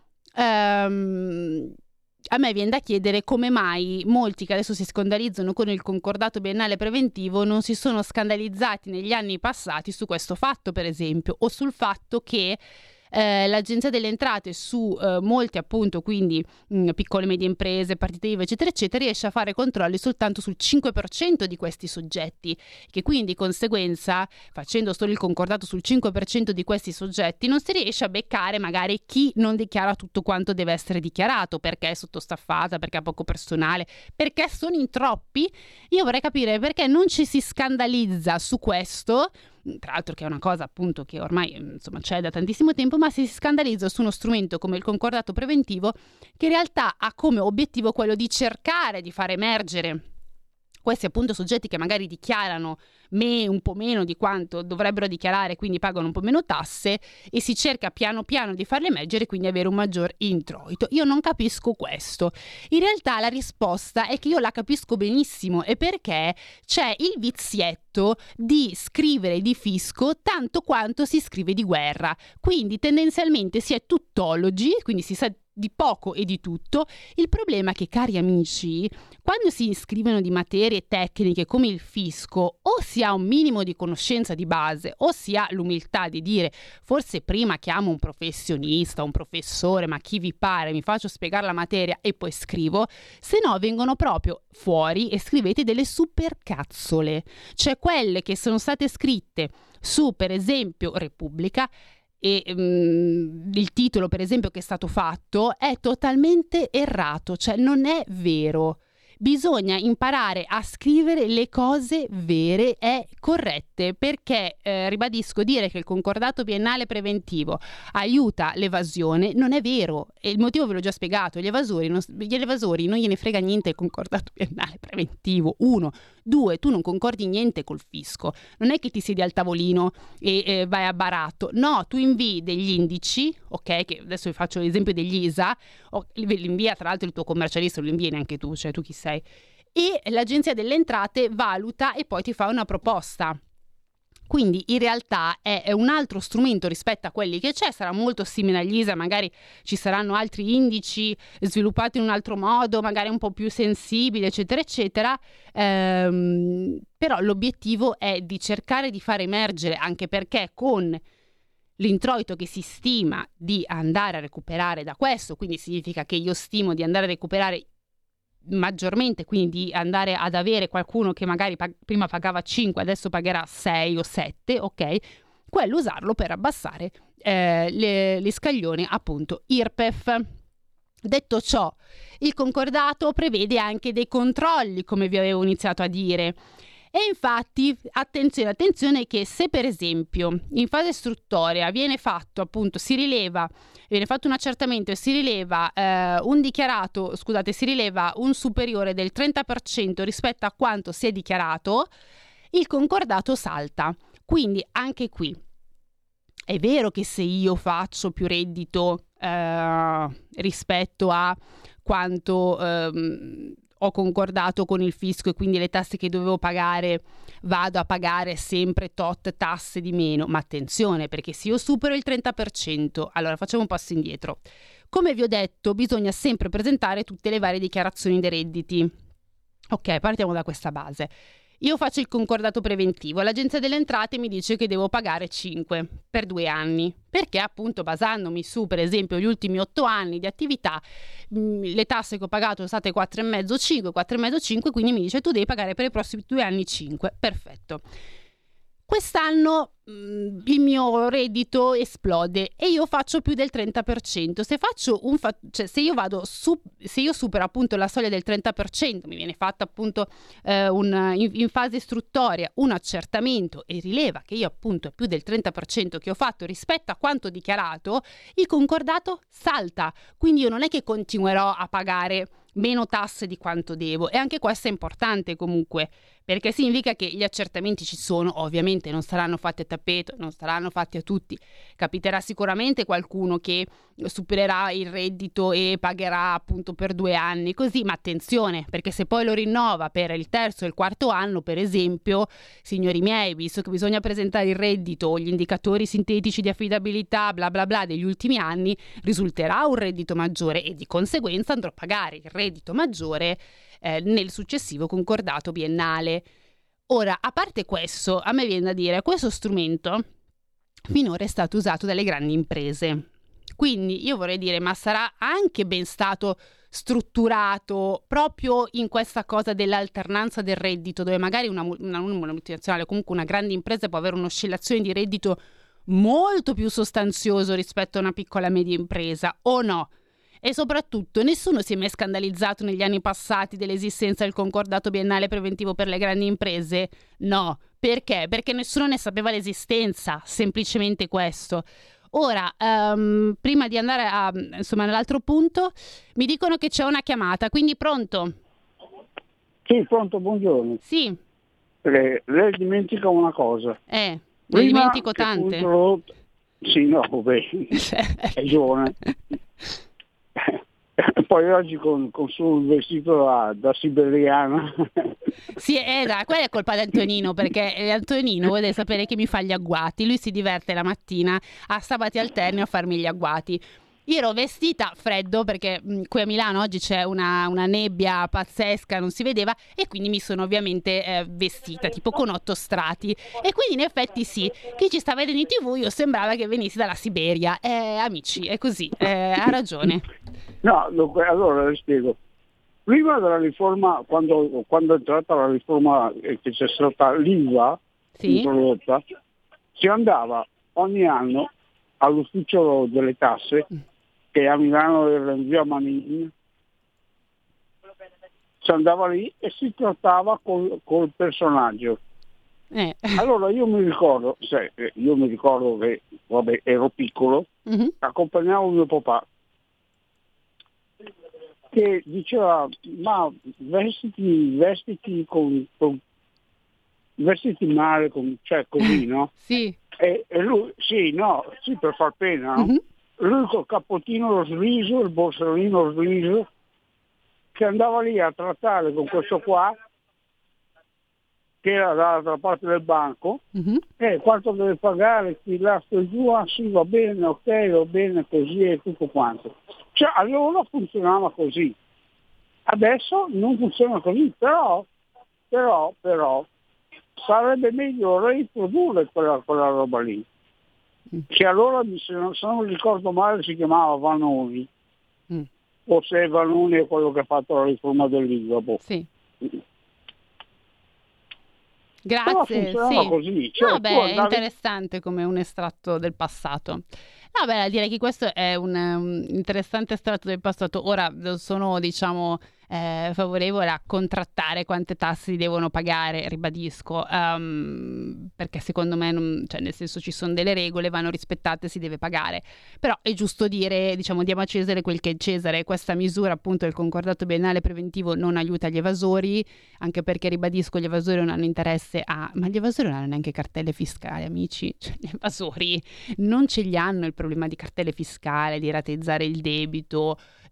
Um, a me viene da chiedere come mai molti che adesso si scandalizzano con il concordato biennale preventivo non si sono scandalizzati negli anni passati su questo fatto, per esempio, o sul fatto che eh, l'Agenzia delle Entrate su eh, molti appunto quindi mh, piccole e medie imprese, partite I V A eccetera eccetera riesce a fare controlli soltanto sul cinque per cento di questi soggetti, che quindi di conseguenza facendo solo il concordato sul cinque per cento di questi soggetti non si riesce a beccare magari chi non dichiara tutto quanto deve essere dichiarato perché è sottostaffata, perché ha poco personale, perché sono in troppi. Io vorrei capire perché non ci si scandalizza su questo, tra l'altro che è una cosa appunto che ormai insomma c'è da tantissimo tempo, ma si scandalizza su uno strumento come il concordato preventivo che in realtà ha come obiettivo quello di cercare di far emergere questi appunto soggetti che magari dichiarano me un po' meno di quanto dovrebbero dichiarare, quindi pagano un po' meno tasse, e si cerca piano piano di farle emergere, quindi avere un maggior introito. Io non capisco questo. In realtà la risposta è che io la capisco benissimo, e perché c'è il vizietto di scrivere di fisco tanto quanto si scrive di guerra. Quindi tendenzialmente si è tuttologi, quindi si sa di poco e di tutto. Il problema è che, cari amici, quando si iscrivono di materie tecniche come il fisco, o si ha un minimo di conoscenza di base o si ha l'umiltà di dire forse prima chiamo un professionista, un professore, ma chi vi pare, mi faccio spiegare la materia e poi scrivo, se no vengono proprio fuori e scrivete delle supercazzole, cioè quelle che sono state scritte su per esempio Repubblica, e um, il titolo per esempio che è stato fatto è totalmente errato, cioè non è vero. Bisogna imparare a scrivere le cose vere e corrette, perché eh, ribadisco, dire che il concordato biennale preventivo aiuta l'evasione non è vero, e il motivo ve l'ho già spiegato. Gli evasori non, gli evasori non gliene frega niente il concordato biennale preventivo, uno. Due, tu non concordi niente col fisco, non è che ti siedi al tavolino e eh, vai a baratto, no, tu invii degli indici, ok, che adesso vi faccio l'esempio degli I S A, o, li invia tra l'altro il tuo commercialista, lo invii neanche tu, cioè tu chi sei, e l'Agenzia delle Entrate valuta e poi ti fa una proposta. Quindi in realtà è, è un altro strumento rispetto a quelli che c'è, sarà molto simile agli I S A, magari ci saranno altri indici sviluppati in un altro modo, magari un po' più sensibili, eccetera, eccetera, ehm, però l'obiettivo è di cercare di far emergere, anche perché con l'introito che si stima di andare a recuperare da questo, quindi significa che io stimo di andare a recuperare maggiormente, quindi di andare ad avere qualcuno che magari pag- prima pagava cinque, adesso pagherà sei o sette, ok? Quello usarlo per abbassare eh, le, gli scaglioni appunto I R P E F. Detto ciò, il concordato prevede anche dei controlli, come vi avevo iniziato a dire. E infatti, attenzione, attenzione che se per esempio in fase istruttoria viene fatto appunto, si rileva, viene fatto un accertamento e si rileva eh, un dichiarato, scusate, si rileva un superiore del trenta per cento rispetto a quanto si è dichiarato, il concordato salta. Quindi anche qui è vero che se io faccio più reddito eh, rispetto a quanto ehm, ho concordato con il fisco e quindi le tasse che dovevo pagare vado a pagare sempre tot tasse di meno, ma attenzione, perché se io supero il trenta per cento, allora facciamo un passo indietro. Come vi ho detto, bisogna sempre presentare tutte le varie dichiarazioni dei redditi. Ok, partiamo da questa base. Io faccio il concordato preventivo, l'Agenzia delle Entrate mi dice che devo pagare cinque per due anni, perché appunto basandomi su per esempio gli ultimi otto anni di attività, mh, le tasse che ho pagato sono state quattro e mezzo, cinque, quattro e mezzo, cinque, quindi mi dice tu devi pagare per i prossimi due anni cinque, perfetto. Quest'anno mh, il mio reddito esplode e io faccio più del trenta per cento. Se faccio un fa- cioè se io vado su, se io supero appunto la soglia del trenta per cento, mi viene fatto appunto eh, un, in, in fase istruttoria un accertamento e rileva che io appunto più del trenta per cento che ho fatto rispetto a quanto dichiarato, il concordato salta. Quindi io non è che continuerò a pagare meno tasse di quanto devo, e anche questo è importante comunque, perché significa che gli accertamenti ci sono, ovviamente non saranno fatti a tappeto, non saranno fatti a tutti, capiterà sicuramente qualcuno che supererà il reddito e pagherà appunto per due anni così, ma attenzione, perché se poi lo rinnova per il terzo e il quarto anno per esempio, signori miei, visto che bisogna presentare il reddito, gli indicatori sintetici di affidabilità bla bla bla degli ultimi anni, risulterà un reddito maggiore e di conseguenza andrò a pagare il reddito maggiore eh, nel successivo concordato biennale. Ora, a parte questo, a me viene da dire, questo strumento finora è stato usato dalle grandi imprese. Quindi io vorrei dire, ma sarà anche ben stato strutturato proprio in questa cosa dell'alternanza del reddito, dove magari una, una, una multinazionale o comunque una grande impresa può avere un'oscillazione di reddito molto più sostanzioso rispetto a una piccola e media impresa, o no? E soprattutto nessuno si è mai scandalizzato negli anni passati dell'esistenza del concordato biennale preventivo per le grandi imprese? No. Perché? Perché nessuno ne sapeva l'esistenza, semplicemente questo. Ora, um, prima di andare a, insomma, all'altro punto, mi dicono che c'è una chiamata, quindi pronto? Sì, pronto, buongiorno. Sì. Lei, lei dimentica una cosa. Eh, ne Prima dimentico che fu tante. introdotto- Sì, no, vabbè, è giovane. Poi oggi con, con sul vestito da, da siberiana. Sì, eh, da, quella è colpa di Antonino, perché eh, Antonino vuole sapere che mi fa gli agguati. Lui si diverte la mattina a sabati alterni a farmi gli agguati. Io ero vestita freddo perché mh, qui a Milano oggi c'è una, una nebbia pazzesca, non si vedeva, e quindi mi sono ovviamente eh, vestita tipo con otto strati, e quindi in effetti sì, chi ci sta vedendo in tv io sembrava che venissi dalla Siberia. Eh, amici, è così, eh, ha ragione. No, dunque, allora le spiego. Prima della riforma, quando, quando è entrata la riforma eh, che c'è stata l'I V A Sì. introdotta, si andava ogni anno all'ufficio delle tasse, che a Milano era in via Manin, si andava lì e si trattava col, col personaggio. Eh. Allora io mi ricordo, se, io mi ricordo che vabbè, ero piccolo, Mhm. accompagnavo mio papà, che diceva ma vestiti, vestiti con, con vestiti male, con, cioè così, no? Sì. E, e lui, sì, no, sì, per far pena, no? Mhm. Lui col cappottino lo sviso, il borsellino lo sviso, che andava lì a trattare con questo qua, che era dall'altra parte del banco, Mhm. e quanto deve pagare, qui là, sto giù, ah sì, va bene, ok, va bene, così e tutto quanto. Cioè allora funzionava così. Adesso non funziona così, però, però, però, sarebbe meglio reintrodurre quella, quella roba lì. Che allora, se non, se non ricordo male, si chiamava Vanoni. Mm. O se Vanoni è quello che ha fatto la riforma dell'I V A. Boh. Sì. Però Grazie, funzionava sì. così. Cioè, No, tu beh, è andavi- interessante come un estratto del passato. No, beh, direi che questo è un, um, interessante estratto del passato. Ora non sono, diciamo, eh, favorevole a contrattare quante tasse si devono pagare, ribadisco, ehm, perché secondo me, non- cioè, nel senso, ci sono delle regole, vanno rispettate, si deve pagare. Però è giusto dire, diciamo, diamo a Cesare quel che è Cesare. Questa misura, appunto, del concordato biennale preventivo non aiuta gli evasori, anche perché, ribadisco, gli evasori non hanno interesse a... Ma gli evasori non hanno neanche cartelle fiscali, amici. Cioè, gli evasori non ce li hanno il problema di cartelle fiscali, di rateizzare il debito,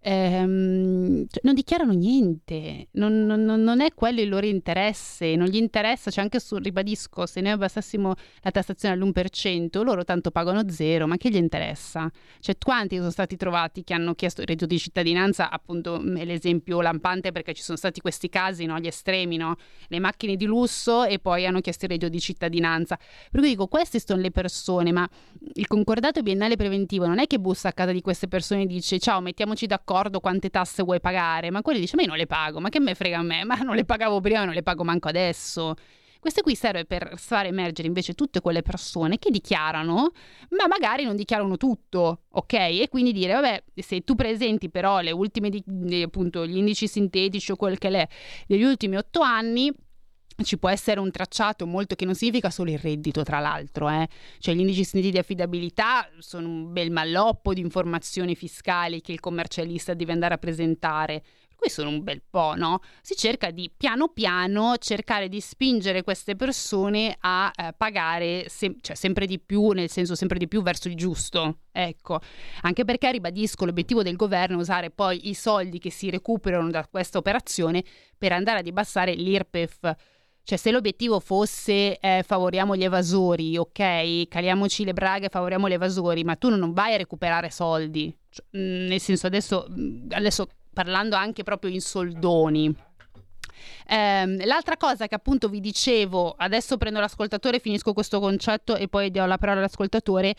ehm, cioè, non dichiarano niente, non, non- non- non è quello il loro interesse, non gli interessa, cioè anche su, ribadisco, se noi abbassassimo la tassazione all'uno per cento, loro tanto pagano zero, ma che gli interessa? Cioè, quanti sono stati trovati che hanno chiesto il reddito di cittadinanza, appunto è l'esempio lampante perché ci sono stati questi casi, no? Gli estremi, no? Le macchine di lusso e poi hanno chiesto il reddito di cittadinanza. Per cui dico, queste sono le persone, ma il concordato biennale preventivo non è che bussa a casa di queste persone e dice ciao, mettiamoci d'accordo quante tasse vuoi pagare, ma quelli dice ma io non le pago, ma che me frega a me, ma non le pagavo prima, non le pago manco adesso. Questo qui serve per far emergere invece tutte quelle persone che dichiarano, ma magari non dichiarano tutto, ok? E quindi dire, vabbè, se tu presenti però le ultime, di, di- appunto, gli indici sintetici o quel che l'è degli ultimi otto anni, ci può essere un tracciato molto, che non significa solo il reddito, tra l'altro, eh. Cioè gli indici sintetici di affidabilità sono un bel malloppo di informazioni fiscali che il commercialista deve andare a presentare. Per cui sono un bel po', no? Si cerca di piano piano cercare di spingere queste persone a eh, pagare sem- cioè sempre di più, nel senso sempre di più verso il giusto. Ecco, anche perché ribadisco, l'obiettivo del governo è usare poi i soldi che si recuperano da questa operazione per andare ad abbassare l'I R P E F. Cioè, se l'obiettivo fosse eh, favoriamo gli evasori, ok, caliamoci le braghe, favoriamo gli evasori, ma tu non vai a recuperare soldi. Cioè, mh, nel senso, adesso, mh, adesso parlando anche proprio in soldoni. Ehm, l'altra cosa che appunto vi dicevo, adesso prendo l'ascoltatore, finisco questo concetto e poi do la parola all'ascoltatore,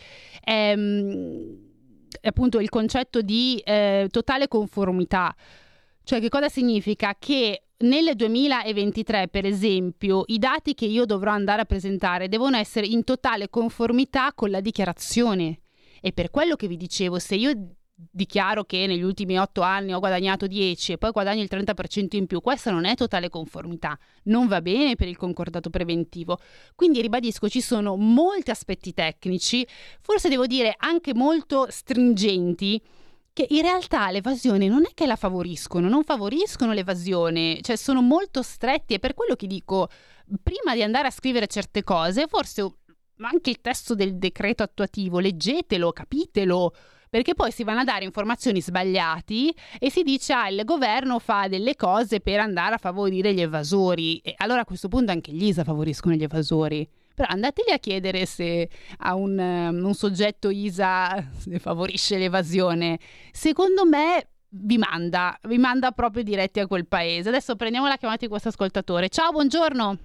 ehm, è appunto il concetto di eh, totale conformità. Cioè, che cosa significa? Che nel duemilaventitré, per esempio, i dati che io dovrò andare a presentare devono essere in totale conformità con la dichiarazione. E per quello che vi dicevo, se io dichiaro che negli ultimi otto anni ho guadagnato dieci e poi guadagno il trenta per cento in più, questa non è totale conformità, non va bene per il concordato preventivo. Quindi ribadisco, ci sono molti aspetti tecnici, forse devo dire anche molto stringenti, che in realtà l'evasione non è che la favoriscono, non favoriscono l'evasione, cioè sono molto stretti. E per quello che dico, prima di andare a scrivere certe cose, forse anche il testo del decreto attuativo, leggetelo, capitelo, perché poi si vanno a dare informazioni sbagliate e si dice ah, il governo fa delle cose per andare a favorire gli evasori, e allora a questo punto anche gli I S A favoriscono gli evasori. Però andateli a chiedere se a un, um, un soggetto I S A favorisce l'evasione. Secondo me vi manda, vi manda proprio diretti a quel paese. Adesso prendiamo la chiamata di questo ascoltatore. Ciao, buongiorno.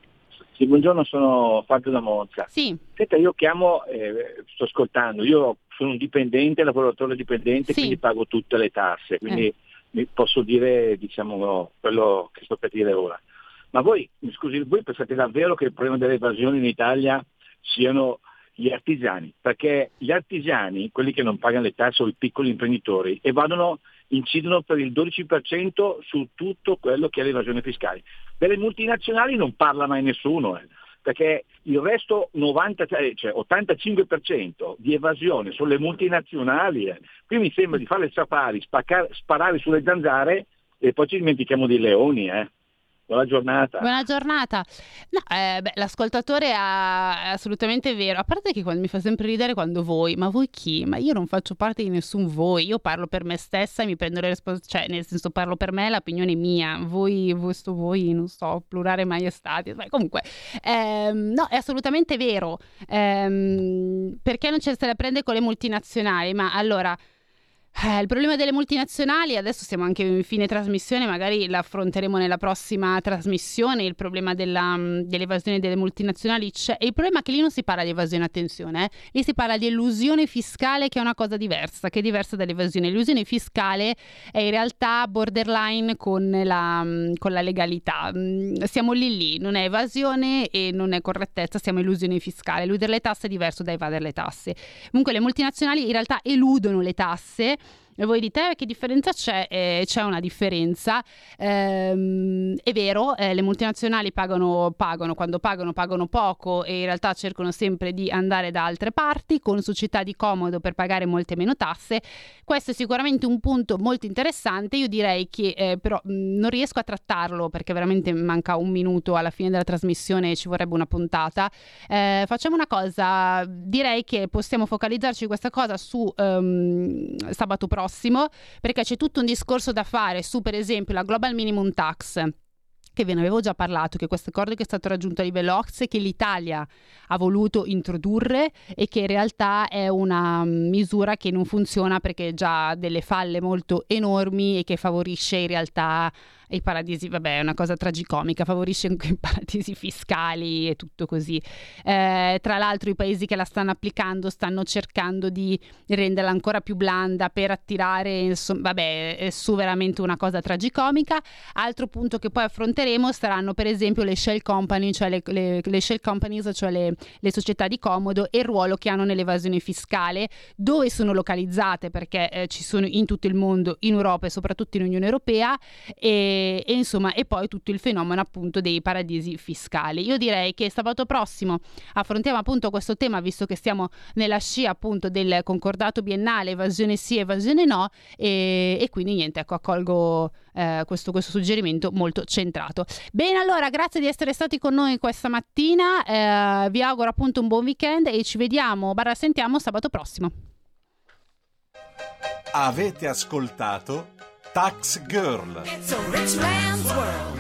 Sì, buongiorno, sono Fabio da Monza. Sì. Senta, io chiamo, eh, sto ascoltando, io sono un dipendente, lavoratore dipendente, Sì. quindi pago tutte le tasse, quindi Eh. mi posso dire, diciamo, quello che sto per dire ora. Ma voi, mi scusi, voi pensate davvero che il problema dell'evasione in Italia siano gli artigiani? Perché gli artigiani, quelli che non pagano le tasse o i piccoli imprenditori, evadono, incidono per il dodici per cento su tutto quello che è l'evasione fiscale. Delle multinazionali non parla mai nessuno, eh, perché il resto novanta, cioè ottantacinque per cento di evasione sono le multinazionali. Eh. Qui mi sembra di fare il safari, spaccare, sparare sulle zanzare e poi ci dimentichiamo dei leoni, eh. Buona giornata. Buona giornata. No, eh, beh, l'ascoltatore ha, è assolutamente vero. A parte che quando mi fa sempre ridere quando voi, ma voi chi? Ma io non faccio parte di nessun voi, io parlo per me stessa e mi prendo le responsabilità, cioè nel senso parlo per me, l'opinione è mia. Voi, questo voi, non so, plurale maiestati. Beh, comunque, ehm, no, è assolutamente vero. Ehm, perché non ce se la prende con le multinazionali? Ma allora... Eh, il problema delle multinazionali, adesso siamo anche in fine trasmissione, magari l'affronteremo nella prossima trasmissione, il problema della, dell'evasione delle multinazionali c'è, e il problema è che lì non si parla di evasione, attenzione, eh. Lì si parla di elusione fiscale, che è una cosa diversa, che è diversa dall'evasione. L'elusione fiscale è in realtà borderline con la, con la legalità, siamo lì lì, non è evasione e non è correttezza, siamo elusione fiscale. Eludere le tasse è diverso da evadere le tasse. Comunque le multinazionali in realtà eludono le tasse. E voi dite, eh, che differenza c'è? Eh, c'è una differenza, ehm, è vero, eh, le multinazionali pagano, pagano, quando pagano pagano poco e in realtà cercano sempre di andare da altre parti con società di comodo per pagare molte meno tasse. Questo è sicuramente un punto molto interessante. Io direi che eh, però mh, non riesco a trattarlo perché veramente manca un minuto alla fine della trasmissione e ci vorrebbe una puntata. Eh, facciamo una cosa, direi che possiamo focalizzarci questa cosa su um, sabato prossimo, perché c'è tutto un discorso da fare su, per esempio, la Global Minimum Tax, che ve ne avevo già parlato, che questo accordo che è stato raggiunto a livello O C S E, che l'Italia ha voluto introdurre e che in realtà è una misura che non funziona perché ha già delle falle molto enormi e che favorisce in realtà i paradisi, vabbè, è una cosa tragicomica, favorisce anche i paradisi fiscali e tutto così. Eh, tra l'altro i paesi che la stanno applicando stanno cercando di renderla ancora più blanda per attirare, insomma, vabbè, è su veramente una cosa tragicomica. Altro punto che poi affronteremo saranno per esempio le shell company, cioè le, le, le shell companies, cioè le, le società di comodo, e il ruolo che hanno nell'evasione fiscale, dove sono localizzate, perché eh, ci sono in tutto il mondo, in Europa e soprattutto in Unione Europea, e E, e insomma, e poi tutto il fenomeno appunto dei paradisi fiscali. Io direi che sabato prossimo affrontiamo appunto questo tema, visto che stiamo nella scia appunto del concordato biennale, evasione sì, evasione no, e, e quindi niente, ecco, accolgo eh, questo, questo suggerimento molto centrato. Bene, allora grazie di essere stati con noi questa mattina, eh, vi auguro appunto un buon weekend e ci vediamo, barra sentiamo sabato prossimo. Avete ascoltato Tax Girl. It's a rich man's world.